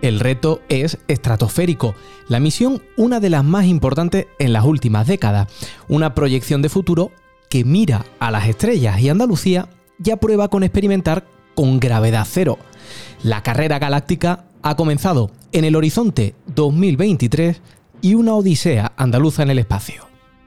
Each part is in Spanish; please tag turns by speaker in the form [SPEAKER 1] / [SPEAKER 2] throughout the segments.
[SPEAKER 1] El reto es estratosférico. La misión, una de las más importantes en las últimas décadas. Una proyección de futuro que mira a las estrellas, y Andalucía ya prueba con experimentar con gravedad cero. La carrera galáctica ha comenzado en el horizonte 2023 y una odisea andaluza en el espacio.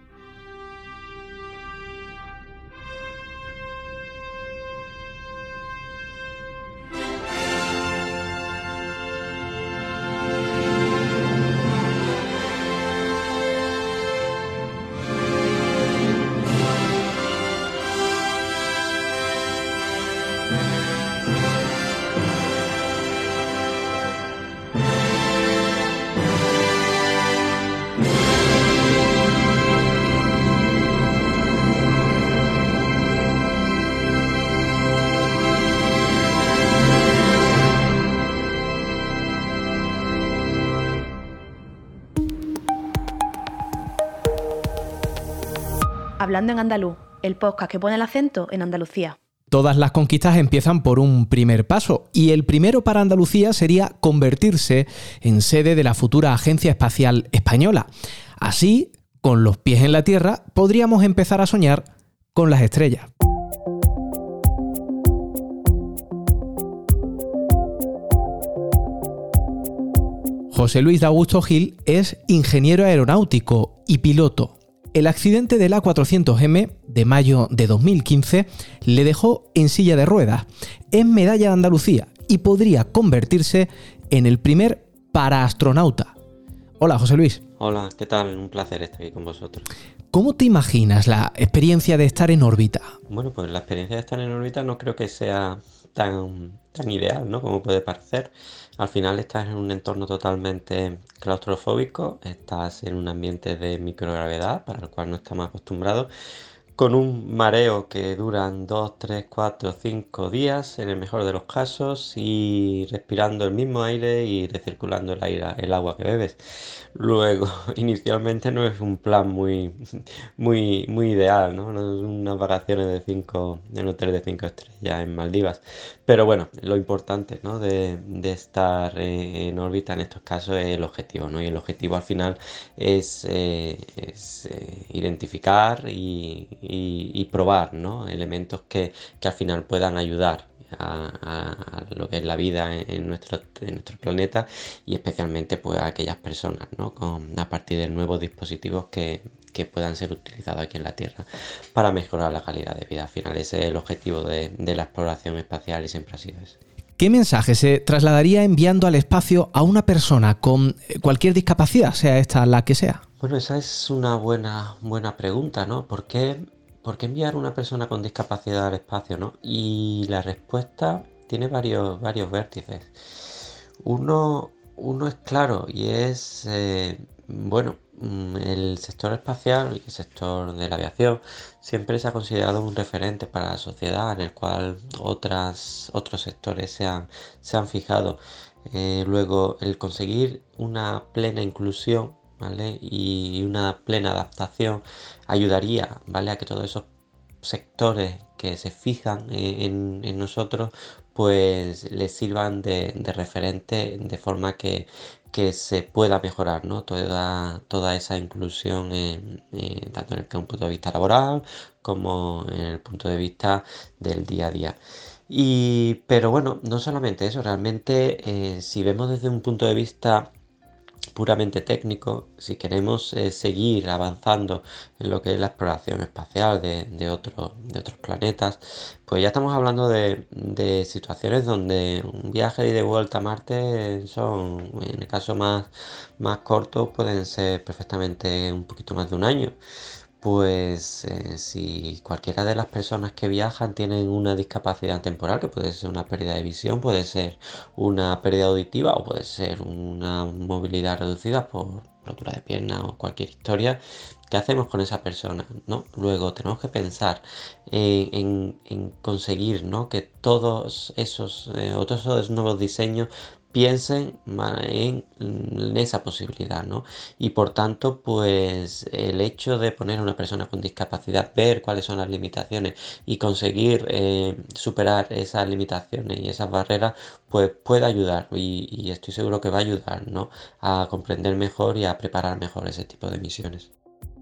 [SPEAKER 2] Hablando en andaluz, el podcast que pone el acento en Andalucía.
[SPEAKER 1] Todas las conquistas empiezan por un primer paso, y el primero para Andalucía sería convertirse en sede de la futura Agencia Espacial Española. Así, con los pies en la tierra, podríamos empezar a soñar con las estrellas. José Luis de Augusto Gil es ingeniero aeronáutico y piloto. El accidente del A400M de mayo de 2015 le dejó en silla de ruedas. Es medalla de Andalucía y podría convertirse en el primer paraastronauta. Hola, José Luis.
[SPEAKER 3] Hola, ¿qué tal? Un placer estar aquí con vosotros.
[SPEAKER 1] ¿Cómo te imaginas la experiencia de estar en órbita?
[SPEAKER 3] Bueno, pues la experiencia de estar en órbita no creo que sea tan ideal, ¿no? Como puede parecer. Al final estás en un entorno totalmente claustrofóbico, estás en un ambiente de microgravedad, para el cual no estamos acostumbrados, con un mareo que duran 2, 3, 4, 5 días, en el mejor de los casos, y respirando el mismo aire y recirculando el agua que bebes. Luego, inicialmente no es un plan muy ideal, ¿no? No es unas vacaciones en un hotel de 5 estrellas en Maldivas. Pero bueno, lo importante, ¿no? de estar en órbita en estos casos es el objetivo, ¿no? Y el objetivo al final es identificar y probar, ¿no? Elementos que al final puedan ayudar a lo que es la vida en nuestro planeta, y especialmente pues a aquellas personas, ¿no? A partir de nuevos dispositivos que puedan ser utilizados aquí en la Tierra para mejorar la calidad de vida. Al final ese es el objetivo de la exploración espacial, y siempre ha sido ese.
[SPEAKER 1] ¿Qué mensaje se trasladaría enviando al espacio a una persona con cualquier discapacidad, sea esta la que sea?
[SPEAKER 3] Bueno, esa es una buena pregunta, ¿no? ¿Por qué enviar a una persona con discapacidad al espacio, ¿no? Y la respuesta tiene varios vértices. Uno es claro, y es, el sector espacial y el sector de la aviación siempre se ha considerado un referente para la sociedad, en el cual otros sectores se han fijado. Luego, el conseguir una plena inclusión, ¿vale? Y una plena adaptación ayudaría, ¿vale? A que todos esos sectores que se fijan en nosotros, pues les sirvan de referente, de forma que se pueda mejorar, ¿no? Toda esa inclusión tanto en el punto de vista laboral como en el punto de vista del día a día. Pero bueno, no solamente eso, realmente si vemos desde un punto de vista puramente técnico, si queremos seguir avanzando en lo que es la exploración espacial de otros planetas, pues ya estamos hablando de situaciones donde un viaje de ida y vuelta a Marte son, en el caso más corto, pueden ser perfectamente un poquito más de un año. Pues si cualquiera de las personas que viajan tienen una discapacidad temporal, que puede ser una pérdida de visión, puede ser una pérdida auditiva o puede ser una movilidad reducida por rotura de pierna o cualquier historia, ¿qué hacemos con esa persona, ¿no? Luego tenemos que pensar en conseguir, ¿no? Que todos todos esos nuevos diseños piensen en esa posibilidad, ¿no? Y por tanto, pues el hecho de poner a una persona con discapacidad, ver cuáles son las limitaciones y conseguir superar esas limitaciones y esas barreras, pues puede ayudar y estoy seguro que va a ayudar, ¿no? A comprender mejor y a preparar mejor ese tipo de misiones.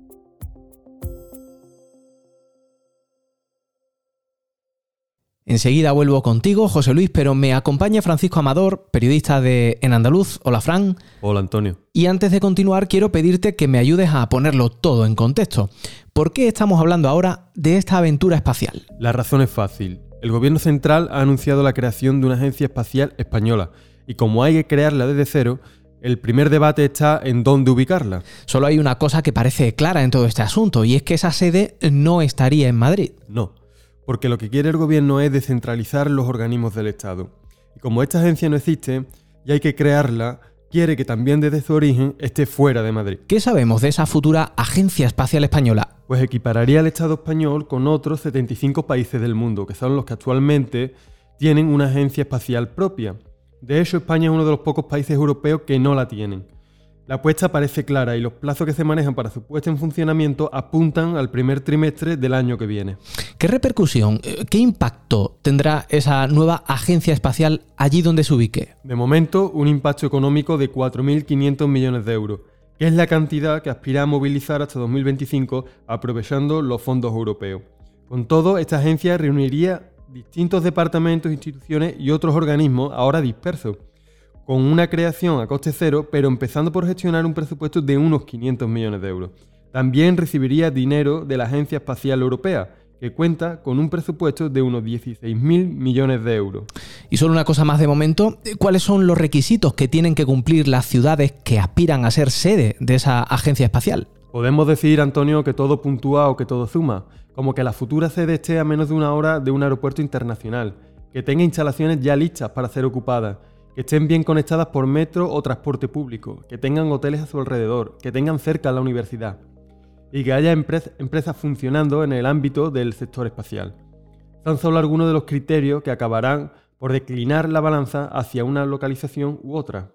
[SPEAKER 1] Enseguida vuelvo contigo, José Luis, pero me acompaña Francisco Amador, periodista de En Andaluz. Hola, Fran.
[SPEAKER 4] Hola, Antonio.
[SPEAKER 1] Y antes de continuar, quiero pedirte que me ayudes a ponerlo todo en contexto. ¿Por qué estamos hablando ahora de esta aventura espacial?
[SPEAKER 4] La razón es fácil. El gobierno central ha anunciado la creación de una agencia espacial española y como hay que crearla desde cero, el primer debate está en dónde ubicarla.
[SPEAKER 1] Solo hay una cosa que parece clara en todo este asunto y es que esa sede no estaría en Madrid.
[SPEAKER 4] No, porque lo que quiere el gobierno es descentralizar los organismos del Estado. Y como esta agencia no existe y hay que crearla, quiere que también desde su origen esté fuera de Madrid.
[SPEAKER 1] ¿Qué sabemos de esa futura Agencia Espacial Española?
[SPEAKER 4] Pues equipararía al Estado español con otros 75 países del mundo, que son los que actualmente tienen una agencia espacial propia. De hecho, España es uno de los pocos países europeos que no la tienen. La apuesta parece clara y los plazos que se manejan para su puesta en funcionamiento apuntan al primer trimestre del año que viene.
[SPEAKER 1] ¿Qué repercusión, qué impacto tendrá esa nueva agencia espacial allí donde se ubique?
[SPEAKER 4] De momento, un impacto económico de 4.500 millones de euros, que es la cantidad que aspira a movilizar hasta 2025 aprovechando los fondos europeos. Con todo, esta agencia reuniría distintos departamentos, instituciones y otros organismos ahora dispersos, con una creación a coste cero, pero empezando por gestionar un presupuesto de unos 500 millones de euros. También recibiría dinero de la Agencia Espacial Europea, que cuenta con un presupuesto de unos 16.000 millones de euros.
[SPEAKER 1] Y solo una cosa más de momento, ¿cuáles son los requisitos que tienen que cumplir las ciudades que aspiran a ser sede de esa agencia espacial?
[SPEAKER 4] Podemos decir, Antonio, que todo puntúa o que todo suma, como que la futura sede esté a menos de una hora de un aeropuerto internacional, que tenga instalaciones ya listas para ser ocupadas, que estén bien conectadas por metro o transporte público, que tengan hoteles a su alrededor, que tengan cerca la universidad y que haya empresas funcionando en el ámbito del sector espacial. Son solo algunos de los criterios que acabarán por declinar la balanza hacia una localización u otra.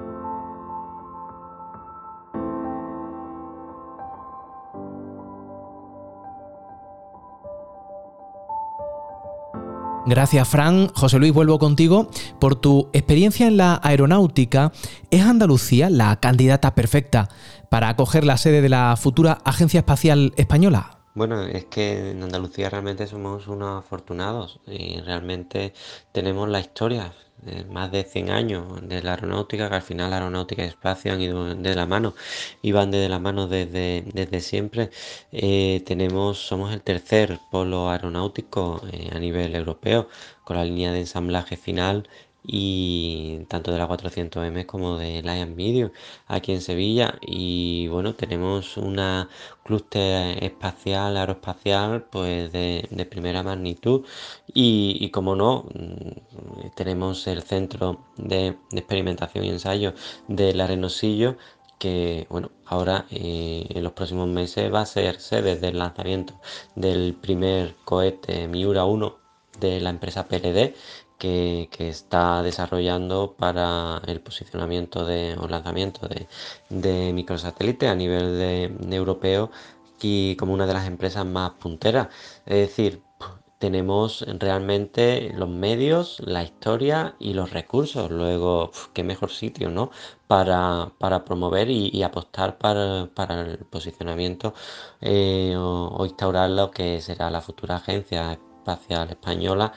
[SPEAKER 1] Gracias, Fran. José Luis, vuelvo contigo. Por tu experiencia en la aeronáutica, ¿es Andalucía la candidata perfecta para acoger la sede de la futura Agencia Espacial Española?
[SPEAKER 3] Bueno, es que en Andalucía realmente somos unos afortunados y realmente tenemos la historia de más de 100 años de la aeronáutica, que al final la aeronáutica y el espacio han ido de la mano y van de la mano desde siempre. Somos el tercer polo aeronáutico a nivel europeo, con la línea de ensamblaje final y tanto de la 400M como de Lion Medium aquí en Sevilla. Y bueno, tenemos una clúster espacial, aeroespacial, pues de primera magnitud y como no, tenemos el centro de experimentación y ensayo del Arenosillo, que bueno, ahora en los próximos meses va a ser sede del lanzamiento del primer cohete Miura 1 de la empresa PLD, que está desarrollando para el posicionamiento o lanzamiento de microsatélites a nivel de europeo y como una de las empresas más punteras. Es decir, tenemos realmente los medios, la historia y los recursos. Luego, qué mejor sitio, ¿no? Para promover y apostar para el posicionamiento o instaurar lo que será la futura Agencia Espacial Española,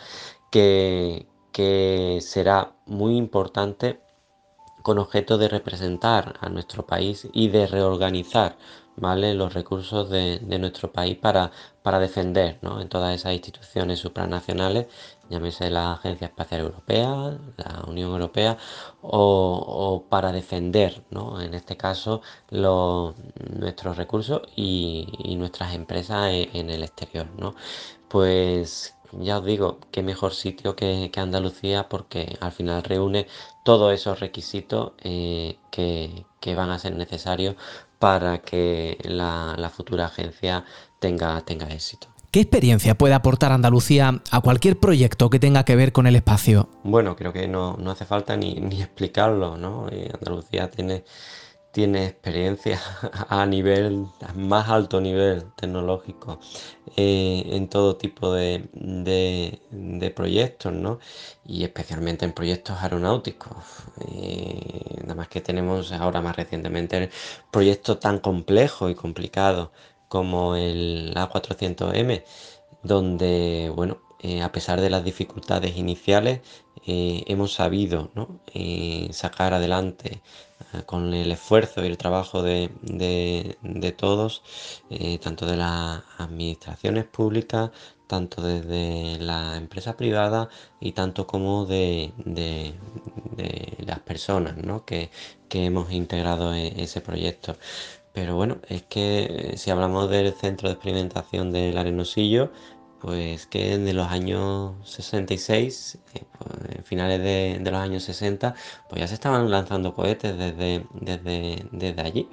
[SPEAKER 3] que será muy importante con objeto de representar a nuestro país y de reorganizar, ¿vale?, los recursos de nuestro país para defender, ¿no?, en todas esas instituciones supranacionales, llámese la Agencia Espacial Europea, la Unión Europea, o para defender, ¿no?, en este caso, nuestros recursos y nuestras empresas en el exterior, ¿no? Pues ya os digo, qué mejor sitio que Andalucía, porque al final reúne todos esos requisitos que van a ser necesarios para que la futura agencia tenga éxito.
[SPEAKER 1] ¿Qué experiencia puede aportar Andalucía a cualquier proyecto que tenga que ver con el espacio?
[SPEAKER 3] Bueno, creo que no hace falta ni explicarlo, ¿no? Andalucía tiene experiencia a más alto nivel tecnológico en todo tipo de proyectos, ¿no? Y especialmente en proyectos aeronáuticos. Nada más que tenemos ahora más recientemente el proyecto tan complejo y complicado como el A400M, donde, bueno, a pesar de las dificultades iniciales, hemos sabido, ¿no? Sacar adelante con el esfuerzo y el trabajo de todos, tanto de las administraciones públicas, tanto desde la empresa privada y tanto como de las personas, ¿no? que hemos integrado en ese proyecto. Pero bueno, es que si hablamos del centro de experimentación del Arenosillo, pues que de los años 66, finales de los años 60, pues ya se estaban lanzando cohetes desde allí.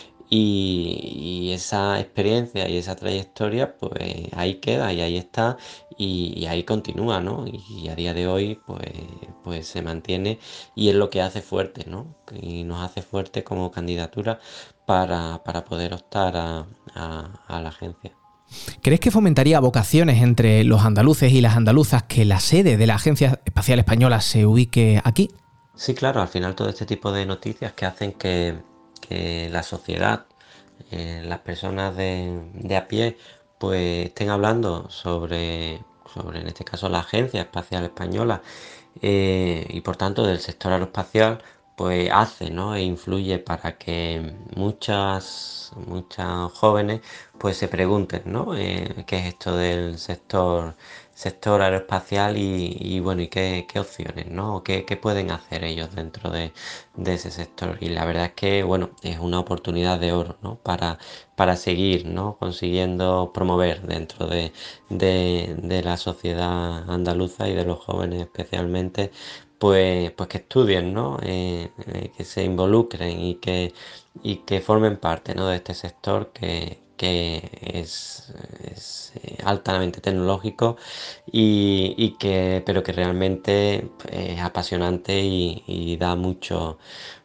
[SPEAKER 3] Y esa experiencia y esa trayectoria, pues ahí queda y ahí está y ahí continúa, ¿no? Y a día de hoy, pues se mantiene y es lo que hace fuerte, ¿no? Y nos hace fuerte como candidatura para poder optar a la agencia.
[SPEAKER 1] ¿Crees que fomentaría vocaciones entre los andaluces y las andaluzas que la sede de la Agencia Espacial Española se ubique aquí?
[SPEAKER 3] Sí, claro, al final todo este tipo de noticias que hacen que la sociedad, las personas de a pie, pues estén hablando sobre en este caso la Agencia Espacial Española y por tanto del sector aeroespacial, pues hace, ¿no? E influye para que muchas jóvenes pues se pregunten, ¿no? ¿Qué es esto del sector aeroespacial y bueno, y qué opciones, ¿no? ¿Qué pueden hacer ellos dentro de ese sector? Y la verdad es que, bueno, es una oportunidad de oro, ¿no? Para seguir, ¿no? Consiguiendo promover dentro de la sociedad andaluza y de los jóvenes especialmente, pues que estudien, ¿no? Que se involucren y que formen parte, ¿no? De este sector que es altamente tecnológico pero que realmente es apasionante y da muchos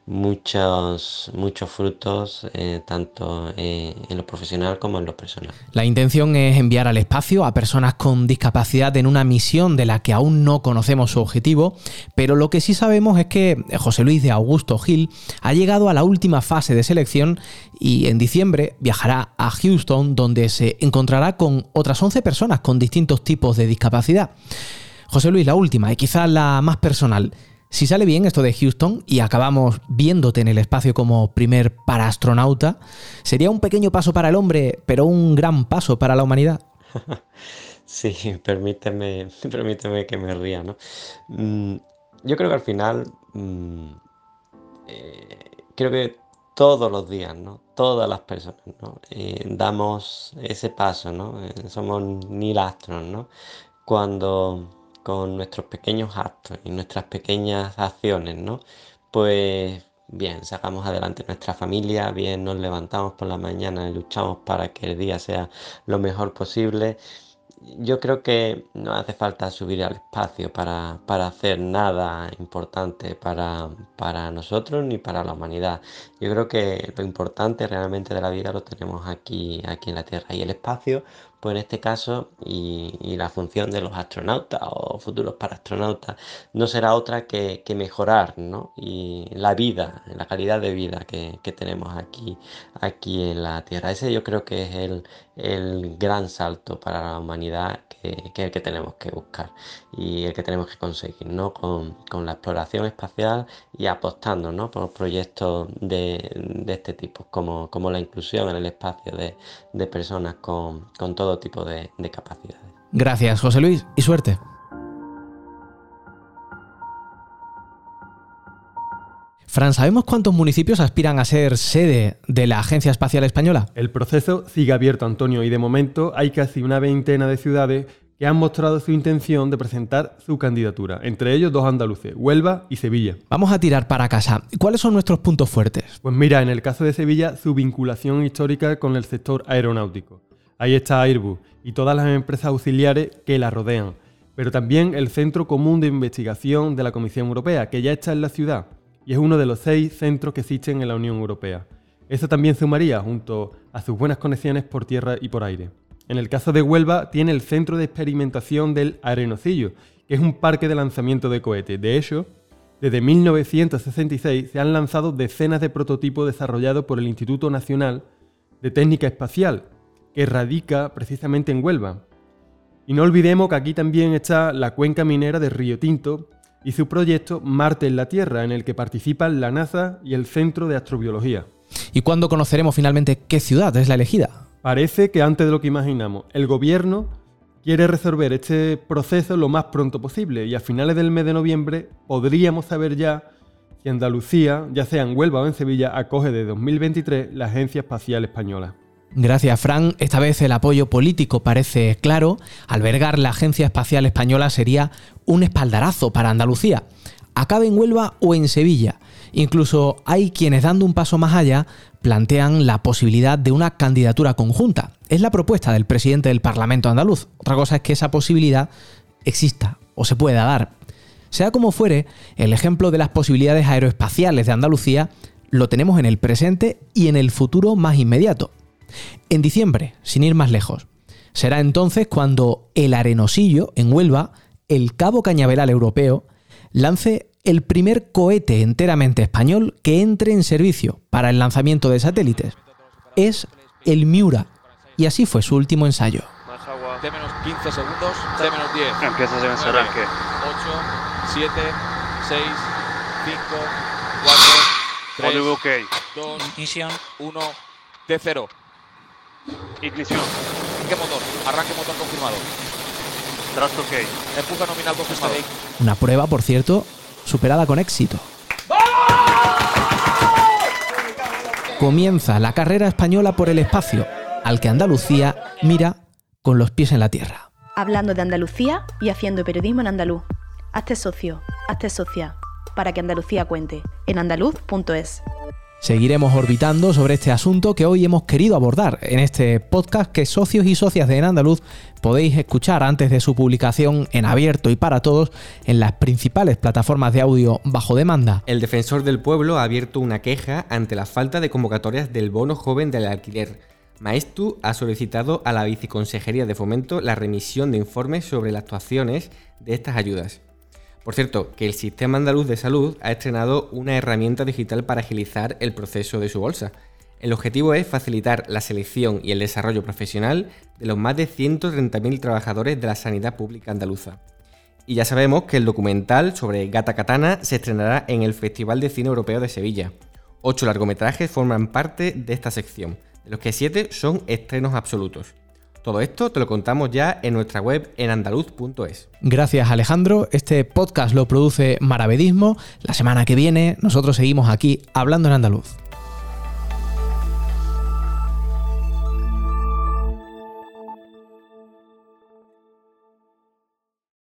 [SPEAKER 3] frutos, tanto en lo profesional como en lo personal.
[SPEAKER 1] La intención es enviar al espacio a personas con discapacidad en una misión de la que aún no conocemos su objetivo, pero lo que sí sabemos es que José Luis de Augusto Gil ha llegado a la última fase de selección y en diciembre viajará a Houston, donde se encontrará con otras 11 personas con distintos tipos de discapacidad. José Luis, la última y quizás la más personal. Si sale bien esto de Houston y acabamos viéndote en el espacio como primer paraastronauta, ¿sería un pequeño paso para el hombre, pero un gran paso para la humanidad?
[SPEAKER 3] Sí, permíteme que me ría, ¿no? Yo creo que al final, creo que todos los días, ¿no? Todas las personas, ¿no? Damos ese paso, ¿no? Somos Neil Armstrong, ¿no? Cuando con nuestros pequeños actos y nuestras pequeñas acciones, ¿no? Pues bien, sacamos adelante nuestra familia, bien nos levantamos por la mañana y luchamos para que el día sea lo mejor posible. Yo creo que no hace falta subir al espacio para hacer nada importante para nosotros ni para la humanidad. Yo creo que lo importante realmente de la vida lo tenemos aquí en la Tierra, y el espacio, pues en este caso, y la función de los astronautas o futuros paraastronautas no será otra que mejorar, ¿no? Y la vida, la calidad de vida que tenemos aquí en la Tierra. Ese yo creo que es el gran salto para la humanidad que es el que tenemos que buscar y el que tenemos que conseguir, ¿no? Con la exploración espacial y apostando, ¿no? Por proyectos de este tipo, como la inclusión en el espacio de personas con todo tipo de capacidades.
[SPEAKER 1] Gracias, José Luis, y suerte. Fran, ¿sabemos cuántos municipios aspiran a ser sede de la Agencia Espacial Española?
[SPEAKER 4] El proceso sigue abierto, Antonio, y de momento hay casi una veintena de ciudades que han mostrado su intención de presentar su candidatura, entre ellos 2 andaluces, Huelva y Sevilla.
[SPEAKER 1] Vamos a tirar para casa. ¿Cuáles son nuestros puntos fuertes?
[SPEAKER 4] Pues mira, en el caso de Sevilla, su vinculación histórica con el sector aeronáutico. Ahí está Airbus y todas las empresas auxiliares que la rodean, pero también el Centro Común de Investigación de la Comisión Europea, que ya está en la ciudad, y es uno de los 6 centros que existen en la Unión Europea. Eso también sumaría junto a sus buenas conexiones por tierra y por aire. En el caso de Huelva, tiene el Centro de Experimentación del Arenocillo, que es un parque de lanzamiento de cohetes. De hecho, desde 1966 se han lanzado decenas de prototipos desarrollados por el Instituto Nacional de Técnica Espacial, que radica precisamente en Huelva. Y no olvidemos que aquí también está la cuenca minera de Río Tinto y su proyecto Marte en la Tierra, en el que participan la NASA y el Centro de Astrobiología.
[SPEAKER 1] ¿Y cuándo conoceremos finalmente qué ciudad es la elegida?
[SPEAKER 4] Parece que antes de lo que imaginamos. El gobierno quiere resolver este proceso lo más pronto posible y a finales del mes de noviembre podríamos saber ya si Andalucía, ya sea en Huelva o en Sevilla, acoge de 2023 la Agencia Espacial Española.
[SPEAKER 1] Gracias, Fran. Esta vez el apoyo político parece claro. Albergar la Agencia Espacial Española sería un espaldarazo para Andalucía. Acabe en Huelva o en Sevilla. Incluso hay quienes, dando un paso más allá, plantean la posibilidad de una candidatura conjunta. Es la propuesta del presidente del Parlamento andaluz. Otra cosa es que esa posibilidad exista o se pueda dar. Sea como fuere, el ejemplo de las posibilidades aeroespaciales de Andalucía lo tenemos en el presente y en el futuro más inmediato. En diciembre, sin ir más lejos, será entonces cuando el Arenocillo, en Huelva, el Cabo Cañaveral europeo, lance el primer cohete enteramente español que entre en servicio para el lanzamiento de satélites. Es el Miura, y así fue su último ensayo.
[SPEAKER 5] Más agua. T-15 segundos, T-10.
[SPEAKER 6] Empiezas en ese arranque.
[SPEAKER 5] 8, 7, 6, 5, 4, 3,
[SPEAKER 6] OK.
[SPEAKER 5] 2,
[SPEAKER 6] Ignición.
[SPEAKER 5] 1, T0.
[SPEAKER 6] Ignición.
[SPEAKER 5] ¿Qué motor? Arranque motor confirmado.
[SPEAKER 6] Thrust OK.
[SPEAKER 5] Empuje nominal confirmado.
[SPEAKER 1] Una prueba, por cierto, superada con éxito. Comienza la carrera española por el espacio, al que Andalucía mira con los pies en la tierra.
[SPEAKER 2] Hablando de Andalucía y haciendo periodismo en andaluz. Hazte socio, hazte socia, para que Andalucía cuente, en andaluz.es.
[SPEAKER 1] Seguiremos orbitando sobre este asunto que hoy hemos querido abordar en este podcast que socios y socias de En Andaluz podéis escuchar antes de su publicación en abierto y para todos en las principales plataformas de audio bajo demanda.
[SPEAKER 7] El Defensor del Pueblo ha abierto una queja ante la falta de convocatorias del bono joven del alquiler. Maestu ha solicitado a la Viceconsejería de Fomento la remisión de informes sobre las actuaciones de estas ayudas. Por cierto, que el Sistema Andaluz de Salud ha estrenado una herramienta digital para agilizar el proceso de su bolsa. El objetivo es facilitar la selección y el desarrollo profesional de los más de 130.000 trabajadores de la sanidad pública andaluza. Y ya sabemos que el documental sobre Gata Katana se estrenará en el Festival de Cine Europeo de Sevilla. 8 largometrajes forman parte de esta sección, de los que 7 son estrenos absolutos. Todo esto te lo contamos ya en nuestra web en andaluz.es.
[SPEAKER 1] Gracias, Alejandro. Este podcast lo produce Maravedismo. La semana que viene nosotros seguimos aquí hablando en andaluz.